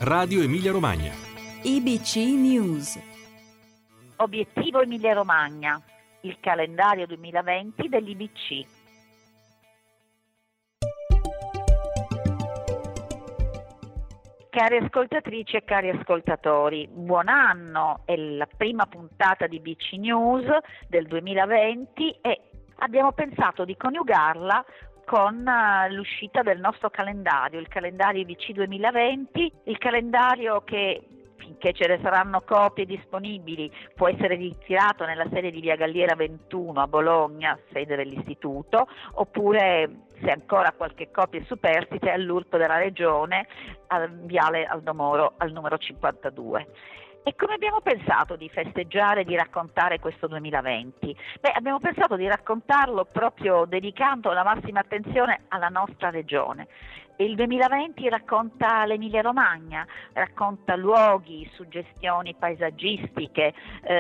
Radio Emilia Romagna. IBC News. Obiettivo Emilia Romagna, il calendario 2020 dell'IBC. Cari ascoltatrici e cari ascoltatori, buon anno, è la prima puntata di IBC News del 2020 e abbiamo pensato di coniugarla con l'uscita del nostro calendario, il calendario IBC 2020, il calendario che finché ce ne saranno copie disponibili può essere ritirato nella sede di Via Galliera 21 a Bologna, sede dell'istituto, oppure se ancora qualche copia è superstite all'URP della regione, al Viale Aldo Moro al numero 52. E come abbiamo pensato di festeggiare e di raccontare questo 2020? Abbiamo pensato di raccontarlo proprio dedicando la massima attenzione alla nostra regione. Il 2020 racconta l'Emilia Romagna, racconta luoghi, suggestioni paesaggistiche,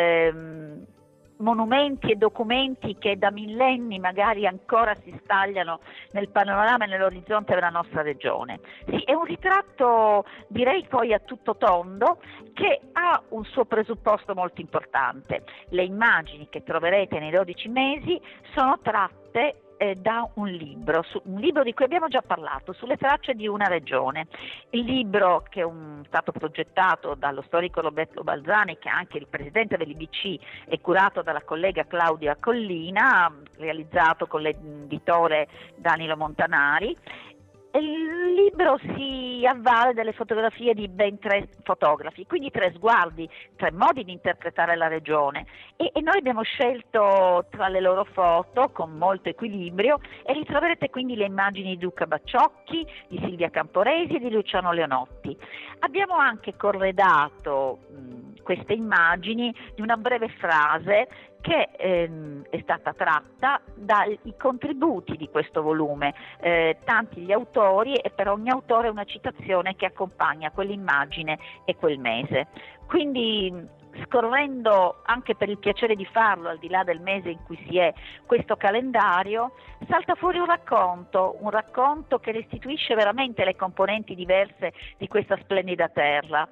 monumenti e documenti che da millenni magari ancora si stagliano nel panorama e nell'orizzonte della nostra regione. Sì, è un ritratto, direi poi a tutto tondo, che ha un suo presupposto molto importante. Le immagini che troverete nei 12 mesi sono tratte da un libro di cui abbiamo già parlato, sulle tracce di una regione. Il libro, che è stato progettato dallo storico Roberto Balzani, che è anche il presidente dell'IBC, e curato dalla collega Claudia Collina, realizzato con l'editore Danilo Montanari. Il libro si avvale delle fotografie di ben 3 fotografi, quindi 3 sguardi, 3 modi di interpretare la regione e noi abbiamo scelto tra le loro foto con molto equilibrio e ritroverete quindi le immagini di Luca Bacciocchi, di Silvia Camporesi e di Luciano Leonotti. Abbiamo anche corredato queste immagini di una breve frase che è stata tratta dai contributi di questo volume, tanti gli autori e per ogni autore una citazione che accompagna quell'immagine e quel mese. Quindi scorrendo, anche per il piacere di farlo al di là del mese in cui si è, questo calendario, salta fuori un racconto che restituisce veramente le componenti diverse di questa splendida terra.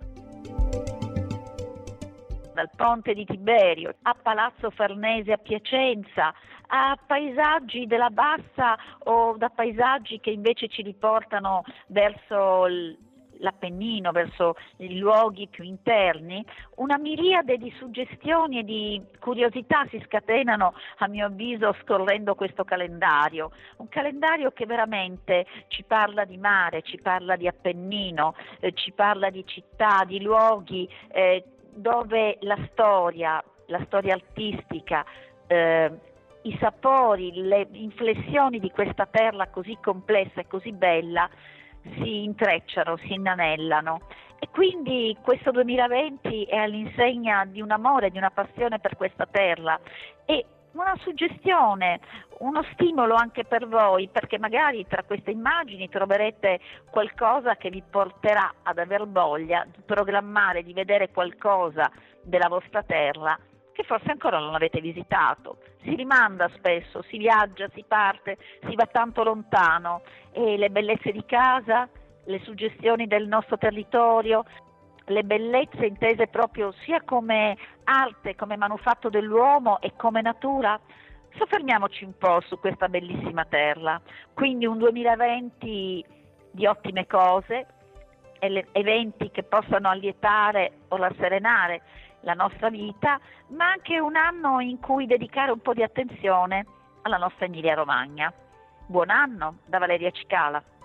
Dal Ponte di Tiberio a Palazzo Farnese a Piacenza, a paesaggi della Bassa o da paesaggi che invece ci riportano verso l'Appennino, verso i luoghi più interni, una miriade di suggestioni e di curiosità si scatenano, a mio avviso, scorrendo questo calendario. Un calendario che veramente ci parla di mare, ci parla di Appennino, ci parla di città, di luoghi, dove la storia artistica, i sapori, le inflessioni di questa terra così complessa e così bella si intrecciano, si inanellano. E quindi questo 2020 è all'insegna di un amore, di una passione per questa terra e una suggestione, uno stimolo anche per voi, perché magari tra queste immagini troverete qualcosa che vi porterà ad aver voglia di programmare, di vedere qualcosa della vostra terra che forse ancora non avete visitato. Si rimanda spesso, si viaggia, si parte, si va tanto lontano e le bellezze di casa, le suggestioni del nostro territorio, le bellezze intese proprio sia come arte, come manufatto dell'uomo e come natura. Soffermiamoci un po' su questa bellissima terra. Quindi un 2020 di ottime cose, eventi che possano allietare o rasserenare la nostra vita, ma anche un anno in cui dedicare un po' di attenzione alla nostra Emilia Romagna. Buon anno da Valeria Cicala.